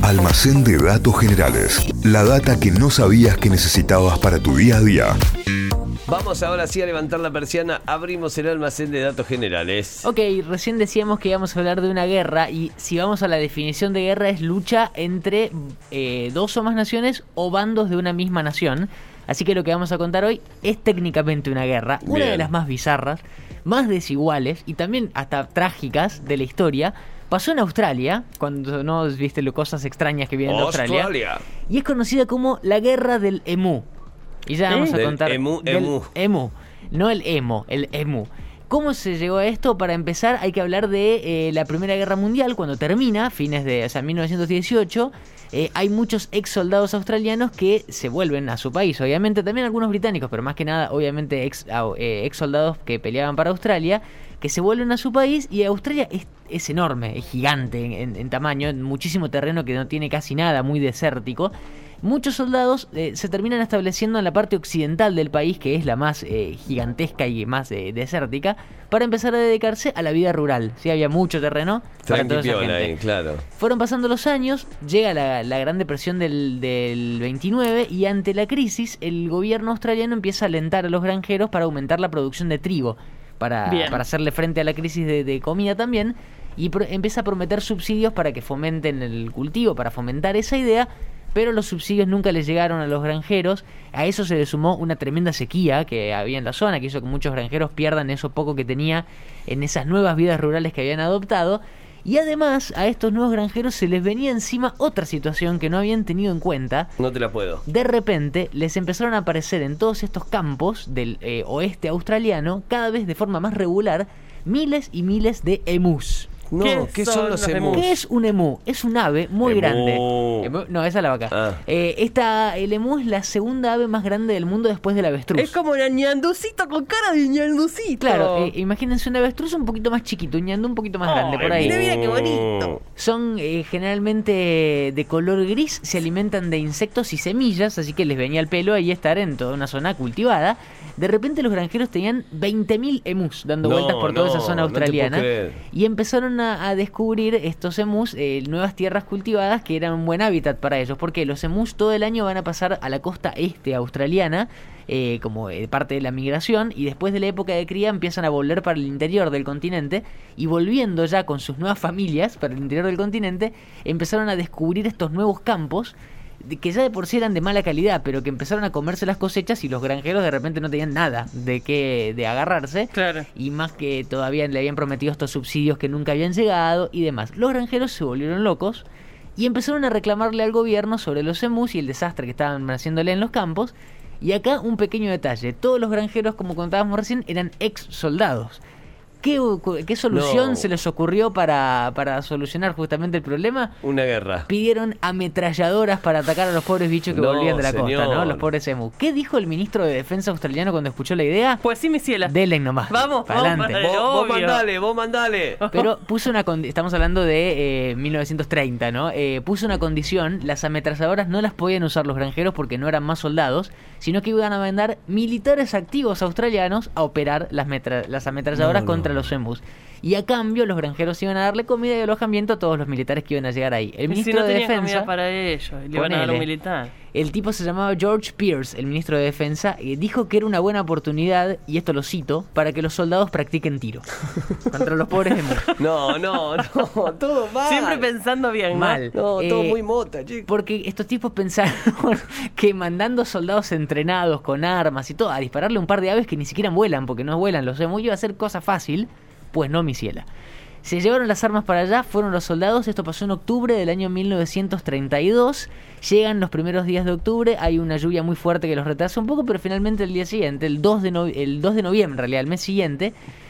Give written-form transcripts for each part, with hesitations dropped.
Almacén de datos generales. La data que no sabías que necesitabas para tu día a día. Vamos ahora sí a levantar la persiana. Abrimos el almacén de datos generales. Ok, recién decíamos que íbamos a hablar de una guerra. Y si vamos a la definición de guerra, es lucha entre dos o más naciones o bandos de una misma nación. Así que lo que vamos a contar hoy es técnicamente una guerra. Una Bien. de las más bizarras, más desiguales y también hasta trágicas de la historia. Pasó en Australia, cuando no viste cosas extrañas que vienen de Australia. Y es conocida como la guerra del Emu. Y ya vamos a Del contar emu. no el emo, el emu. ¿Cómo se llegó a esto? Para empezar hay que hablar de la Primera Guerra Mundial, cuando termina, fines de 1918. Hay muchos ex soldados australianos que se vuelven a su país, obviamente también algunos británicos, pero más que nada obviamente ex soldados que peleaban para Australia, que se vuelven a su país. Y Australia es enorme, es gigante en tamaño, en muchísimo terreno que no tiene casi nada, muy desértico. Muchos soldados se terminan estableciendo en la parte occidental del país, que es la más gigantesca y más desértica, para empezar a dedicarse a la vida rural. ¿Sí? Había mucho terreno para toda esa gente. Ahí, claro. Fueron pasando los años, llega la Gran Depresión del 29 y ante la crisis el gobierno australiano empieza a alentar a los granjeros para aumentar la producción de trigo, para hacerle frente a la crisis de comida también, y empieza a prometer subsidios para que fomenten el cultivo, para fomentar esa idea. Pero los subsidios nunca les llegaron a los granjeros. A eso se le sumó una tremenda sequía que había en la zona, que hizo que muchos granjeros pierdan eso poco que tenía en esas nuevas vidas rurales que habían adoptado. Y además a estos nuevos granjeros se les venía encima otra situación que no habían tenido en cuenta. No te la puedo. De repente les empezaron a aparecer en todos estos campos del oeste australiano, cada vez de forma más regular, miles y miles de emus. No, ¿qué son los emus? ¿Qué es un emú? Es un ave muy grande. No, esa es la vaca. Ah. El emú es la segunda ave más grande del mundo después del avestruz. Es como un ñanducito con cara de ñanducito. Claro, imagínense un avestruz un poquito más chiquito, un ñandú un poquito más grande, por ahí. Mira qué bonito. Son generalmente de color gris, se alimentan de insectos y semillas, así que les venía el pelo ahí estar en toda una zona cultivada. De repente los granjeros tenían 20.000 emus dando vueltas por toda esa zona australiana. Y empezaron a descubrir estos emus nuevas tierras cultivadas que eran un buen hábitat para ellos, porque los emus todo el año van a pasar a la costa este australiana como parte de la migración, y después de la época de cría empiezan a volver para el interior del continente, y volviendo ya con sus nuevas familias para el interior del continente empezaron a descubrir estos nuevos campos que ya de por sí eran de mala calidad, pero que empezaron a comerse las cosechas y los granjeros de repente no tenían nada de agarrarse. Claro. Y más que todavía le habían prometido estos subsidios que nunca habían llegado y demás. Los granjeros se volvieron locos y empezaron a reclamarle al gobierno sobre los emus y el desastre que estaban haciéndole en los campos. Y acá un pequeño detalle: todos los granjeros, como contábamos recién, eran ex soldados. ¿Qué solución se les ocurrió para solucionar justamente el problema? Una guerra. Pidieron ametralladoras para atacar a los pobres bichos que volvían de la costa, ¿no? Los pobres emus. ¿Qué dijo el ministro de Defensa australiano cuando escuchó la idea? Pues sí, mi ciela. Denle nomás. Vamos, pa'lante. Vos mandale. Pero puso una condición. Estamos hablando de 1930, ¿no? Puso una condición: las ametralladoras no las podían usar los granjeros porque no eran más soldados, sino que iban a mandar militares activos australianos a operar las ametralladoras contra los emus. Y a cambio los granjeros iban a darle comida y alojamiento a todos los militares que iban a llegar ahí. El ministro de Defensa, comida para ellos, le iban a dar un militar. El tipo se llamaba George Pearce, el ministro de Defensa, y dijo que era una buena oportunidad, y esto lo cito, para que los soldados practiquen tiro contra los pobres emus. No, todo mal. Siempre pensando bien, mal. No, todo muy mota, chicos. Porque estos tipos pensaron que mandando soldados entrenados con armas y todo a dispararle un par de aves que ni siquiera vuelan, porque no vuelan los emus, iba a ser cosa fácil. Pues no, mi ciela. Se llevaron las armas para allá, fueron los soldados. Esto pasó en octubre del año 1932. Llegan los primeros días de octubre, hay una lluvia muy fuerte que los retrasa un poco, pero finalmente el día siguiente, el 2 de noviembre, en realidad, el mes siguiente,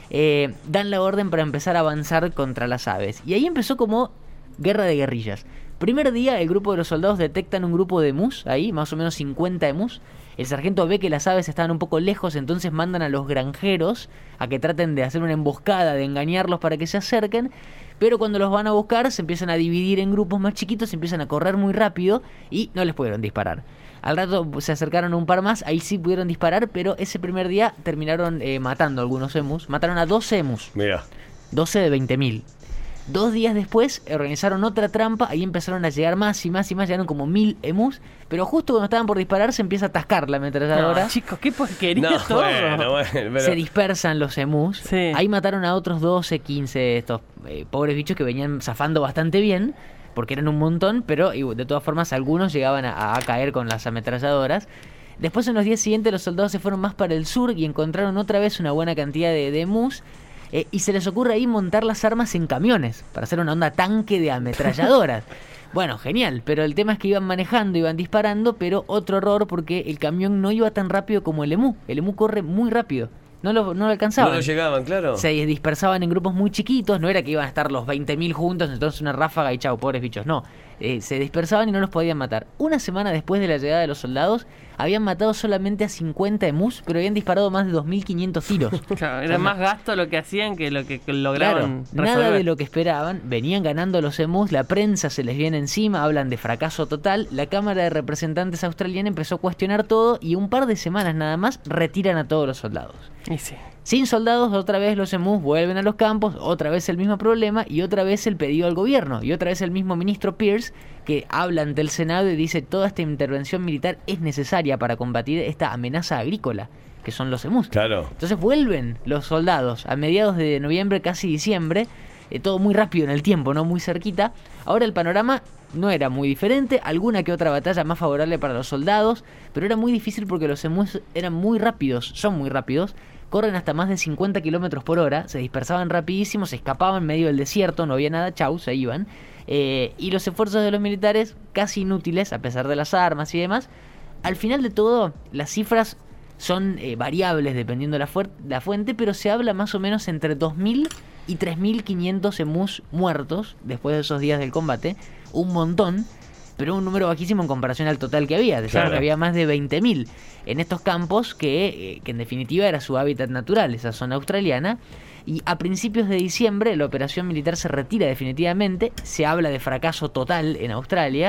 dan la orden para empezar a avanzar contra las aves. Y ahí empezó como guerra de guerrillas. Primer día, el grupo de los soldados detectan un grupo de emus, ahí, más o menos 50 emus. El sargento ve que las aves estaban un poco lejos, entonces mandan a los granjeros a que traten de hacer una emboscada, de engañarlos para que se acerquen. Pero cuando los van a buscar, se empiezan a dividir en grupos más chiquitos, se empiezan a correr muy rápido y no les pudieron disparar. Al rato se acercaron un par más, ahí sí pudieron disparar, pero ese primer día terminaron matando a algunos emus. Mataron a 12 emus. Mira. 12 de 20.000. 2 días después organizaron otra trampa, ahí empezaron a llegar más y más y más, llegaron como 1000 emus, pero justo cuando estaban por disparar se empieza a atascar la ametralladora. No, chicos, qué porquería No, todo. bueno, pero... Se dispersan los emus. Sí. Ahí mataron a otros 12, 15 estos pobres bichos que venían zafando bastante bien, porque eran un montón, pero de todas formas algunos llegaban a caer con las ametralladoras. Después en los días siguientes los soldados se fueron más para el sur y encontraron otra vez una buena cantidad de emus. Y se les ocurre ahí montar las armas en camiones para hacer una onda tanque de ametralladoras. Bueno, genial, pero el tema es que iban manejando, iban disparando, pero otro error porque el camión no iba tan rápido como el emú. El emú corre muy rápido, no lo alcanzaban. No lo llegaban, claro. Se dispersaban en grupos muy chiquitos, no era que iban a estar los 20.000 juntos, entonces una ráfaga y chau, pobres bichos, no. Se dispersaban y no los podían matar. Una semana después de la llegada de los soldados, habían matado solamente a 50 emus, pero habían disparado más de 2.500 tiros. Claro, era más gasto lo que hacían que lo que lograron Claro, nada resolver. de lo que esperaban. Venían ganando los emus, la prensa se les viene encima, hablan de fracaso total. La Cámara de Representantes australiana empezó a cuestionar todo y un par de semanas nada más retiran a todos los soldados. Y sí. Sin soldados, otra vez los emus vuelven a los campos, otra vez el mismo problema y otra vez el pedido al gobierno. Y otra vez el mismo ministro Pierce que habla ante el Senado y dice toda esta intervención militar es necesaria para combatir esta amenaza agrícola, que son los emus. Claro. Entonces vuelven los soldados a mediados de noviembre, casi diciembre, todo muy rápido en el tiempo, no muy cerquita. Ahora el panorama no era muy diferente, alguna que otra batalla más favorable para los soldados, pero era muy difícil porque los emus eran muy rápidos, son muy rápidos. Corren hasta más de 50 kilómetros por hora, se dispersaban rapidísimo, se escapaban en medio del desierto, no había nada, chau, se iban. Y los esfuerzos de los militares casi inútiles, a pesar de las armas y demás. Al final de todo, las cifras son variables dependiendo de la fuente, pero se habla más o menos entre 2.000 y 3.500 emus muertos después de esos días del combate. Un montón, pero un número bajísimo en comparación al total que había. Decían que había más de 20.000 en estos campos que en definitiva era su hábitat natural, esa zona australiana. Y a principios de diciembre la operación militar se retira definitivamente, se habla de fracaso total en Australia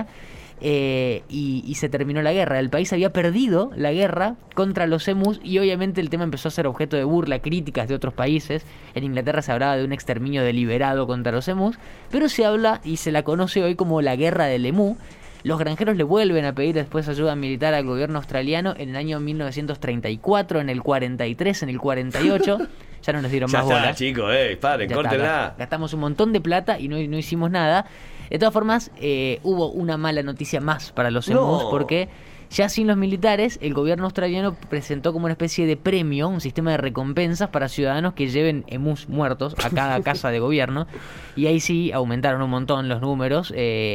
y se terminó la guerra. El país había perdido la guerra contra los emus y obviamente el tema empezó a ser objeto de burla, críticas de otros países. En Inglaterra se hablaba de un exterminio deliberado contra los emus, pero se habla y se la conoce hoy como la guerra del emú. Los granjeros le vuelven a pedir después ayuda militar al gobierno australiano en el año 1934, en el 43, en el 48. Ya no nos dieron Ya más está, bolas. chicos, paren, Ya córtenla. está, gastamos un montón de plata y no hicimos nada. De todas formas, hubo una mala noticia más para los emus, porque ya sin los militares, el gobierno australiano presentó como una especie de premio, un sistema de recompensas para ciudadanos que lleven emus muertos a cada casa de gobierno. Y ahí sí aumentaron un montón los números.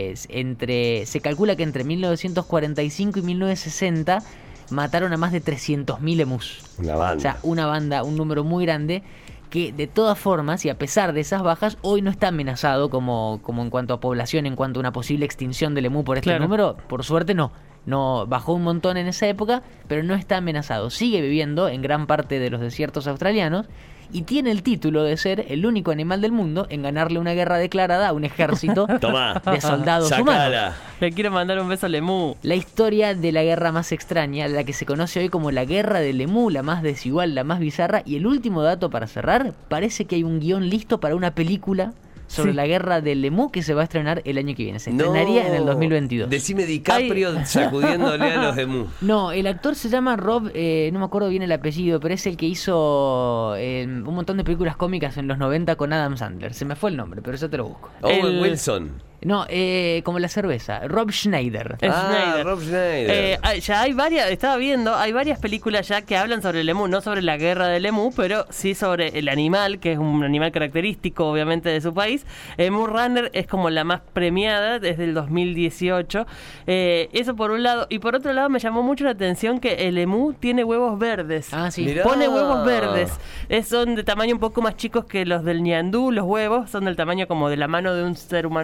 Se calcula que entre 1945 y 1960 mataron a más de 300.000 emus. Una banda. O sea, una banda, un número muy grande que de todas formas y a pesar de esas bajas hoy no está amenazado como en cuanto a población, en cuanto a una posible extinción del emú por este número. Por suerte no bajó un montón en esa época, pero no está amenazado. Sigue viviendo en gran parte de los desiertos australianos y tiene el título de ser el único animal del mundo en ganarle una guerra declarada a un ejército de soldados humanos. Le quiero mandar un beso al emú. La historia de la guerra más extraña, la que se conoce hoy como la guerra del emú, la más desigual, la más bizarra. Y el último dato para cerrar, parece que hay un guión listo para una película sobre la guerra del emú que se va a estrenar el año que viene. Se estrenaría en el 2022. Decime DiCaprio sacudiéndole a los emú. No, el actor se llama Rob, no me acuerdo bien el apellido, pero es el que hizo un montón de películas cómicas en los 90 con Adam Sandler. Se me fue el nombre, pero eso te lo busco. Owen Wilson. No, como la cerveza. Rob Schneider. Rob Schneider. Ya hay varias, estaba viendo, hay varias películas ya que hablan sobre el emú, no sobre la guerra del emú, pero sí sobre el animal, que es un animal característico obviamente de su país. Emú Runner es como la más premiada desde el 2018. Eso por un lado. Y por otro lado me llamó mucho la atención que el emú tiene huevos verdes. Ah, sí. Mirá. Pone huevos verdes. Son de tamaño un poco más chicos que los del ñandú. Los huevos son del tamaño como de la mano de un ser humano adulto.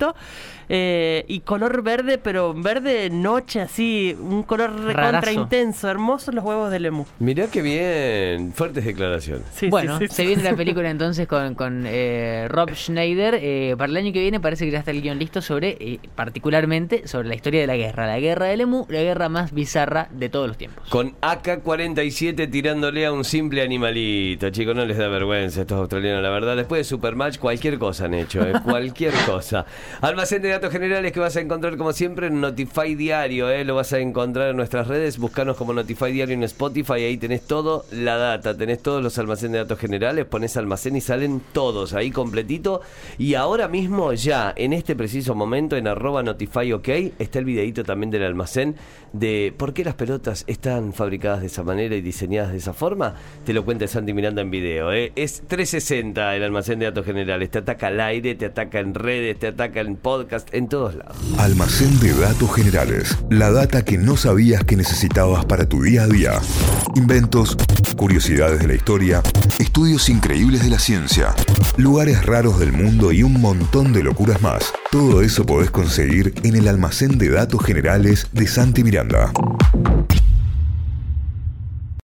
chiquitito, y color verde, pero verde noche, así, un color recontra Rarazo. intenso, hermosos los huevos del emú. Mirá qué bien, fuertes declaraciones. Sí, Bueno, sí, se viene la película entonces con Rob Schneider. Para el año que viene parece que ya está el guión listo sobre, particularmente, sobre la historia de la guerra del emú, la guerra más bizarra de todos los tiempos. Con AK-47 tirándole a un simple animalito, chicos, no les da vergüenza a estos australianos, la verdad. Después de Supermatch, cualquier cosa han hecho, cualquier cosa. Almacén de datos generales que vas a encontrar como siempre en Notify Diario, lo vas a encontrar en nuestras redes, buscanos como Notify Diario en Spotify, ahí tenés todo la data, tenés todos los almacenes de datos generales, ponés almacén y salen todos ahí completito. Y ahora mismo ya, en este preciso momento, en @NotifyOK, está el videito también del almacén de por qué las pelotas están fabricadas de esa manera y diseñadas de esa forma. Te lo cuenta Santi Miranda en video, Es 360 el almacén de datos generales, te ataca al aire, te ataca en redes, te ataca en podcast, en todos lados. Almacén de datos generales. La data que no sabías que necesitabas para tu día a día. Inventos, curiosidades de la historia, estudios increíbles de la ciencia, lugares raros del mundo y un montón de locuras más. Todo eso podés conseguir en el Almacén de Datos Generales de Santi Miranda.